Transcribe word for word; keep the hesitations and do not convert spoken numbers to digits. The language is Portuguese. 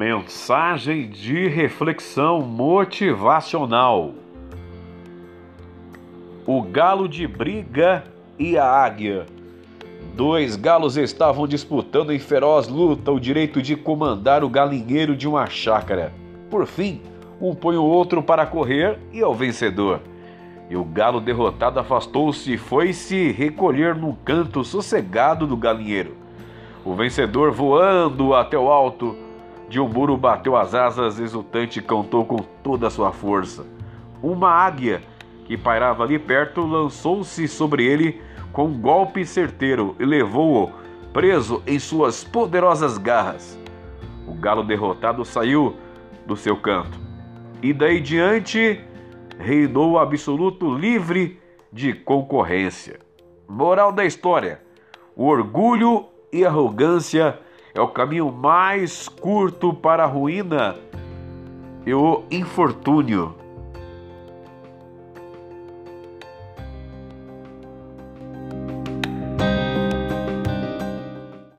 Mensagem de reflexão motivacional. O galo de briga e a águia. Dois galos estavam disputando em feroz luta o direito de comandar o galinheiro de uma chácara. Por fim, um põe o outro para correr e é o vencedor. E o galo derrotado afastou-se e foi se recolher num canto sossegado do galinheiro. O vencedor, voando até o alto de um muro, bateu as asas exultante e cantou com toda a sua força. Uma águia que pairava ali perto lançou-se sobre ele com um golpe certeiro e levou-o preso em suas poderosas garras. O galo derrotado saiu do seu canto e daí diante reinou o absoluto livre de concorrência. Moral da história: o orgulho e a arrogância é o caminho mais curto para a ruína e o infortúnio.